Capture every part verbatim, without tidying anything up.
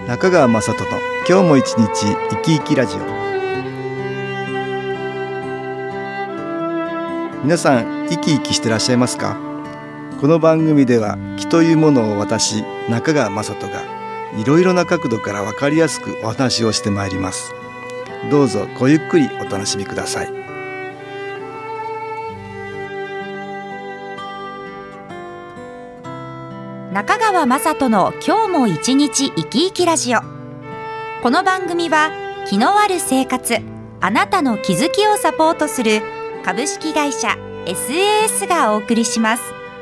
中川雅人の今日も一日生き生きラジオ。皆さん生き生きしてらっしゃいますか？この番組では気というものを私中川雅人がいろいろな角度から分かりやすくお話をしてまいります。どうぞごゆっくりお楽しみください。 中川雅人の今日も一日生き生きラジオ。この番組は気のある生活、あなたの気づきをサポートする株式会社 エスエーエス がお送りします。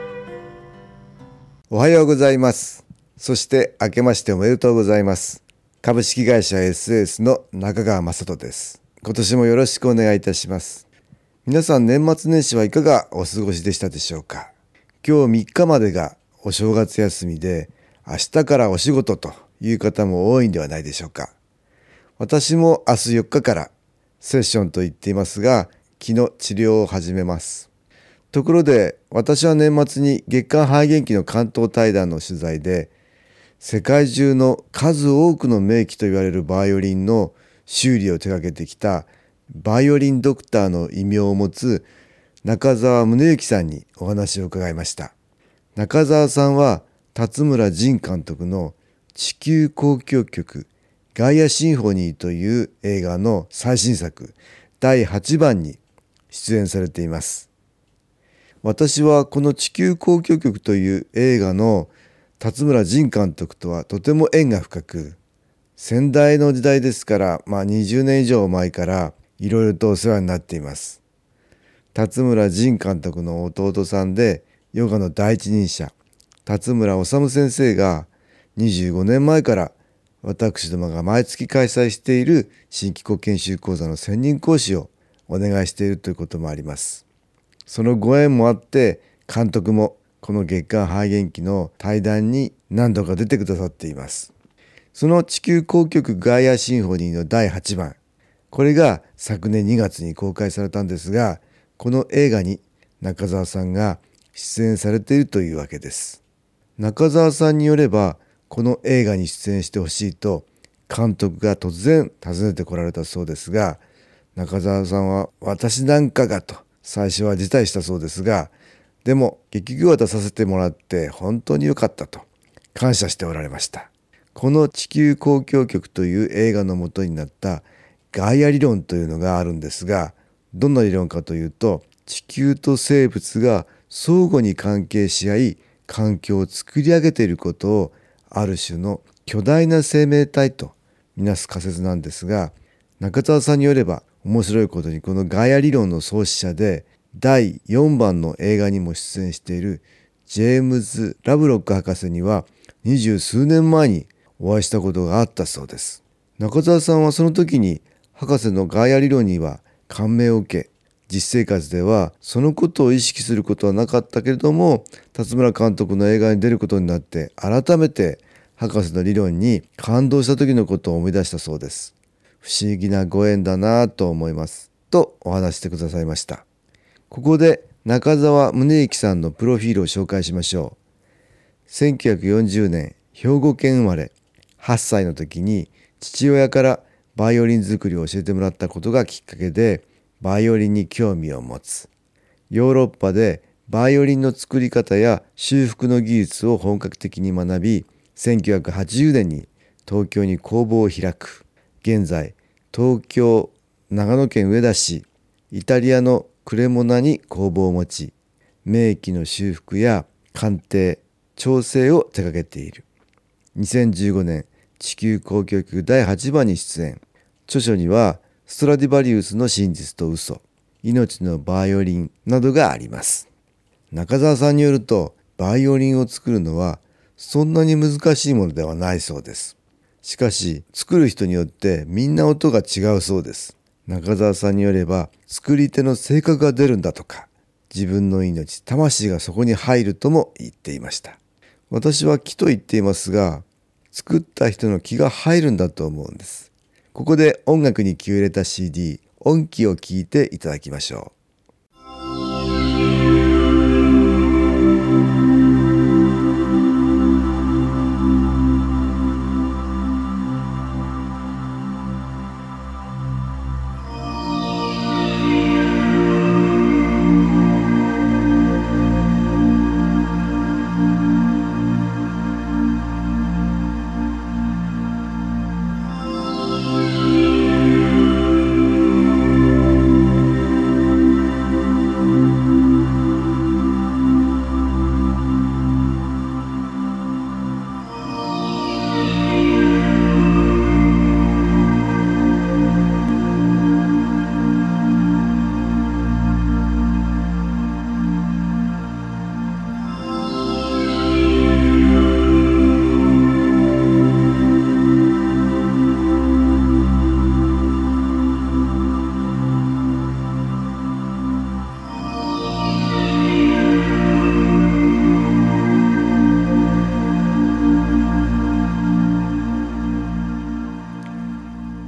おはようございます。そして明けましておめでとうございます。株式会社 エスエーエス の中川雅人です。今年もよろしくお願いいたします。皆さん年末年始はいかがお過ごしでしたでしょうか？今日みっかまでがお正月休みで、明日からお仕事という方も多いんではないでしょうか。私も明日よっかからセッションと言っていますが、気の治療を始めます。ところで私は年末に月刊肺元気の関東対談の取材で、世界中の数多くの名器と言われるバイオリンの修理を手掛けてきたバイオリンドクターの異名を持つ中澤宗行さんにお話を伺いました。中澤さんは辰村仁監督の地球交響曲ガイアシンフォニーという映画の最新作だいはちばんに出演されています。私はこの地球交響曲という映画の辰村仁監督とはとても縁が深く、先代の時代ですから、まあにじゅうねん以上前からいろいろとお世話になっています。辰村仁監督の弟さんでヨガの第一人者辰村修先生がにじゅうごねんまえから私どもが毎月開催している新機構研修講座の専任講師をお願いしているということもあります。そのご縁もあって監督もこの月刊肺元気の対談に何度か出てくださっています。その地球交響曲ガイアシンフォニーのだいはちばん、これが昨年にがつに公開されたんですが、この映画に中澤さんが出演されているというわけです。中澤さんによれば、この映画に出演してほしいと監督が突然訪ねてこられたそうですが、中澤さんは私なんかがと最初は辞退したそうですが、でも結局は出させてもらって本当に良かったと感謝しておられました。この地球交響曲という映画の元になったガイア理論というのがあるんですが、どんな理論かというと、地球と生物が相互に関係し合い環境を作り上げていることをある種の巨大な生命体とみなす仮説なんですが、中澤さんによれば面白いことにこのガイア理論の創始者でだいよんばんの映画にも出演しているジェームズ・ラブロック博士には二十数年前にお会いしたことがあったそうです。中澤さんはその時に博士のガイア理論には感銘を受け、実生活ではそのことを意識することはなかったけれども、辰村監督の映画に出ることになって改めて博士の理論に感動した時のことを思い出したそうです。不思議なご縁だなと思いますとお話してくださいました。ここで中澤宗行さんのプロフィールを紹介しましょう。せんきゅうひゃくよんじゅうねん兵庫県生まれ、はっさいの時に父親からバイオリン作りを教えてもらったことがきっかけでバイオリンに興味を持つ。ヨーロッパでバイオリンの作り方や修復の技術を本格的に学び、せんきゅうひゃくはちじゅうねんに東京に工房を開く。現在東京、長野県上田市、イタリアのクレモナに工房を持ち、名器の修復や鑑定、調整を手掛けている。にせんじゅうごねん地球交響曲だいはちばんに出演。著書にはストラディバリウスの真実と嘘、命のバイオリンなどがあります。中澤さんによると、バイオリンを作るのはそんなに難しいものではないそうです。しかし作る人によってみんな音が違うそうです。中澤さんによれば、作り手の性格が出るんだとか、自分の命、魂がそこに入るとも言っていました。私は気と言っていますが、作った人の気が入るんだと思うんです。ここで音楽に気を入れた シーディー、音気を聴いていただきましょう。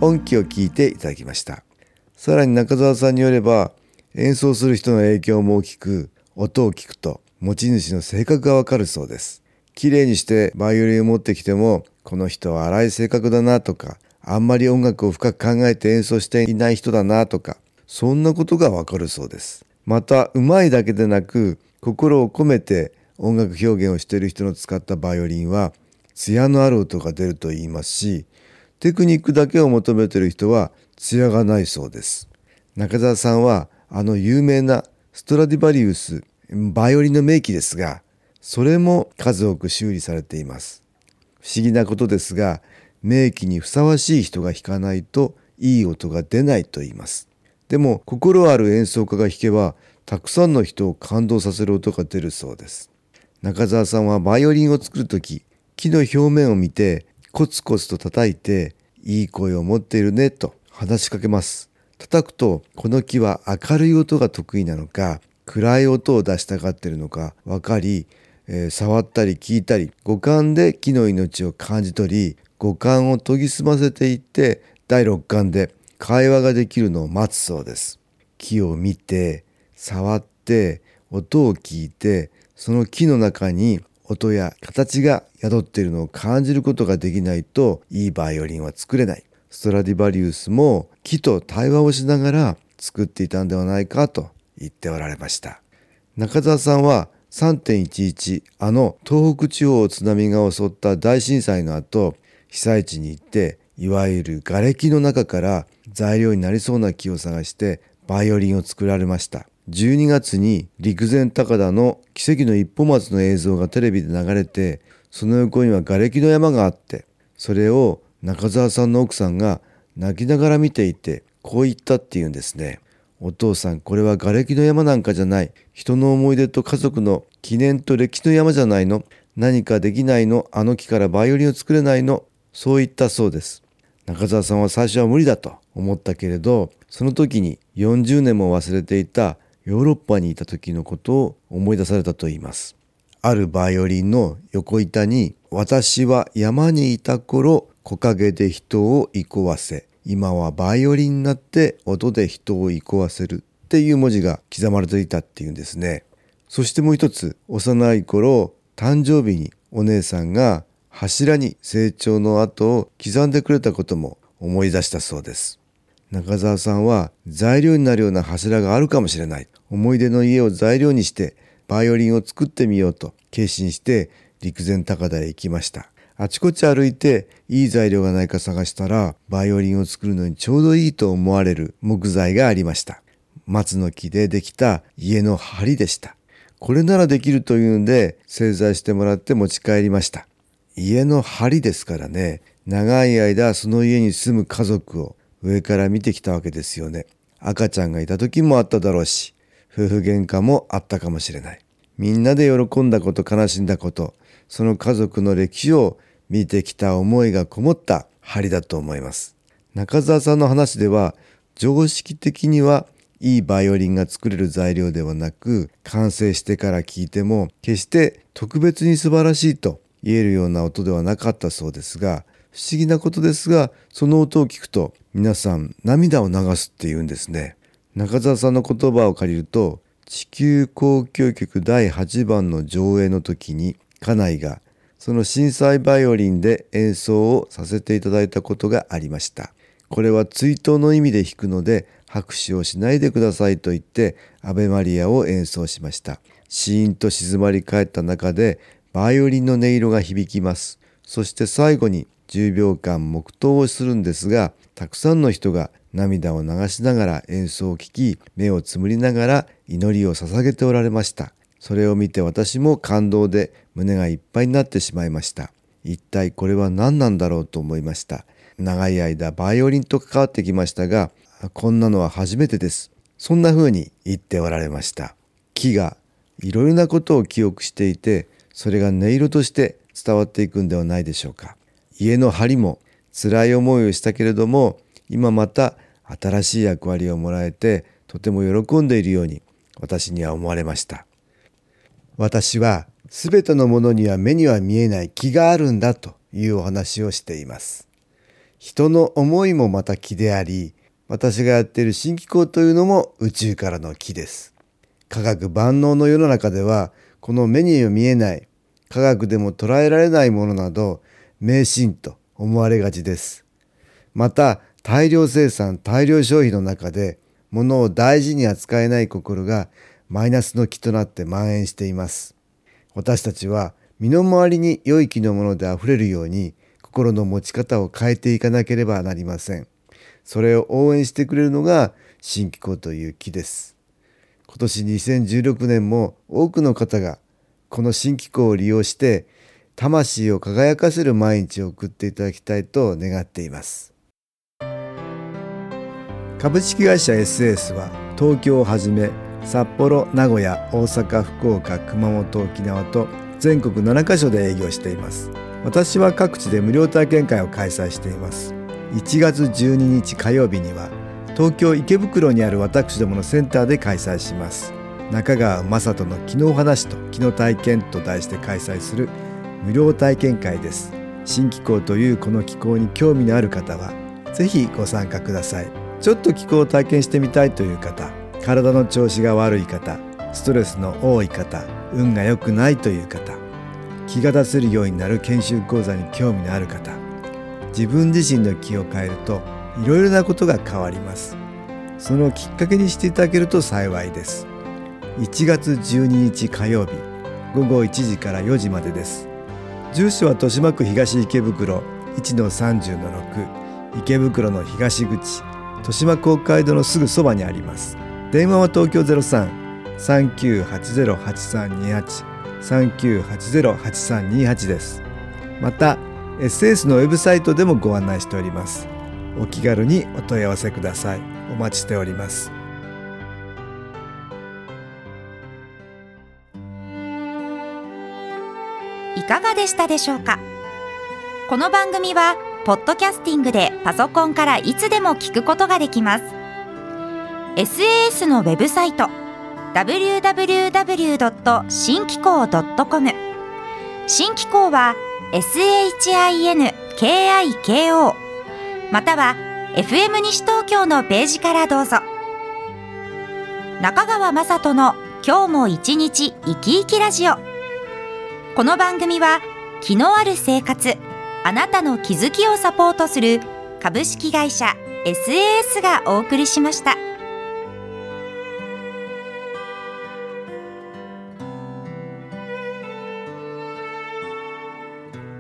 本気を聞いていただきました。さらに中澤さんによれば、演奏する人の影響も大きく、音を聞くと持ち主の性格がわかるそうです。綺麗にしてバイオリンを持ってきても、この人は荒い性格だなとか、あんまり音楽を深く考えて演奏していない人だなとか、そんなことがわかるそうです。また、上手いだけでなく、心を込めて音楽表現をしている人の使ったバイオリンは、艶のある音が出ると言いますし、テクニックだけを求めている人は艶がないそうです。中澤さんは、あの有名なストラディバリウス、バイオリンの名機ですが、それも数多く修理されています。不思議なことですが、名機にふさわしい人が弾かないといい音が出ないと言います。でも心ある演奏家が弾けば、たくさんの人を感動させる音が出るそうです。中澤さんはバイオリンを作るとき、木の表面を見てコツコツと叩いて、いい声を持っているねと話しかけます。叩くと、この木は明るい音が得意なのか、暗い音を出したがっているのか分かり、えー、触ったり聞いたり、五感で木の命を感じ取り、五感を研ぎ澄ませていって、第六感で会話ができるのを待つそうです。木を見て、触って、音を聞いて、その木の中に音や形が宿っているのを感じることができないと、いいバイオリンは作れない。ストラディバリウスも木と対話をしながら作っていたんではないかと言っておられました。中澤さんは さんてんいちいち、あの東北地方を津波が襲った大震災の後、被災地に行って、いわゆる瓦礫の中から材料になりそうな木を探してバイオリンを作られました。じゅうにがつに陸前高田の奇跡の一本松の映像がテレビで流れて、その横には瓦礫の山があって、それを中澤さんの奥さんが泣きながら見ていて、こう言ったっていうんですね。お父さん、これは瓦礫の山なんかじゃない。人の思い出と家族の記念と歴史の山じゃないの。何かできないの。あの木からバイオリンを作れないの。そう言ったそうです。中澤さんは最初は無理だと思ったけれど、その時によんじゅうねんも忘れていたヨーロッパにいた時のことを思い出されたと言います。あるバイオリンの横板に、私は山にいた頃木陰で人を憩わせ、今はバイオリンになって音で人を憩わせるっていう文字が刻まれていたっていうんですね。そしてもう一つ、幼い頃誕生日にお姉さんが柱に成長の跡を刻んでくれたことも思い出したそうです。中澤さんは材料になるような柱があるかもしれない。思い出の家を材料にしてバイオリンを作ってみようと決心して陸前高田へ行きました。あちこち歩いていい材料がないか探したら、バイオリンを作るのにちょうどいいと思われる木材がありました。松の木でできた家の梁でした。これならできるというんで製材してもらって持ち帰りました。家の梁ですからね、長い間その家に住む家族を上から見てきたわけですよね。赤ちゃんがいた時もあっただろうし、夫婦喧嘩もあったかもしれない。みんなで喜んだこと、悲しんだこと、その家族の歴史を見てきた思いがこもった梁だと思います。中澤さんの話では、常識的にはいいバイオリンが作れる材料ではなく、完成してから聴いても決して特別に素晴らしいと言えるような音ではなかったそうですが、不思議なことですが、その音を聞くと皆さん涙を流すっていうんですね。中澤さんの言葉を借りると、地球交響曲だいはちばんの上映の時に家内がその震災バイオリンで演奏をさせていただいたことがありました。これは追悼の意味で弾くので拍手をしないでくださいと言ってアベマリアを演奏しました。シーンと静まり返った中でバイオリンの音色が響きます。そして最後にじゅうびょうかん黙祷をするんですが、たくさんの人が涙を流しながら演奏を聴き、目をつむりながら祈りを捧げておられました。それを見て私も感動で胸がいっぱいになってしまいました。一体これは何なんだろうと思いました。長い間バイオリンと関わってきましたが、こんなのは初めてです。そんな風に言っておられました。木がいろいろなことを記憶していて、それが音色として伝わっていくんではないでしょうか。家の梁も辛い思いをしたけれども、今また新しい役割をもらえてとても喜んでいるように私には思われました。私はすべてのものには目には見えない気があるんだというお話をしています。 人の思いもまた気であり、私がやっている新機構というのも宇宙からの気です。科学万能の世の中では、この目には見えない、科学でも捉えられないものなど迷信と思われがちです。また大量生産大量消費の中で物を大事に扱えない心がマイナスの気となって蔓延しています。私たちは身の回りに良い気のものであふれるように心の持ち方を変えていかなければなりません。それを応援してくれるのが新機構という気です。今年にせんじゅうろくねんも多くの方がこの新機構を利用して魂を輝かせる毎日を送っていただきたいと願っています。 株式会社 エスエーエス は東京をはじめ札幌、名古屋、大阪、福岡、熊本、沖縄と全国ななカ所で営業しています。私は各地で無料体験会を開催しています。いちがつじゅうににち火曜日には東京池袋にある私どものセンターで開催します。中川雅人の気の話と気の体験と題して開催する無料体験会です。新気候というこの気候に興味のある方はぜひご参加ください。ちょっと気候を体験してみたいという方、体の調子が悪い方、ストレスの多い方、運が良くないという方、気が出せるようになる研修講座に興味のある方、自分自身の気を変えるといろいろなことが変わります。そのきっかけにしていただけると幸いです。いちがつじゅうににち火曜日ごごいちじからよじまでです。住所は豊島区東池袋 いちのさんじゅうのろく、 池袋の東口、豊島公会堂のすぐそばにあります。電話は東京 ゼロさん さんきゅうはちゼロ はちさんにはち さんきゅうはちゼロ はちさんにはちです。また エスエス のウェブサイトでもご案内しております。お気軽にお問い合わせください。お待ちしております。 いかがでしたでしょうか。この番組はポッドキャスティングでパソコンからいつでも聞くことができます。 エスエーエス のウェブサイト ダブリューダブリューダブリュードットシンキコードットコム、 新気候は エスエイチアイエヌケーアイケーオー または エフエム 西東京のページからどうぞ。中川雅人の今日も一日生き生きラジオ。この番組は気のある生活、あなたの気づきをサポートする株式会社 エスエーエス がお送りしました。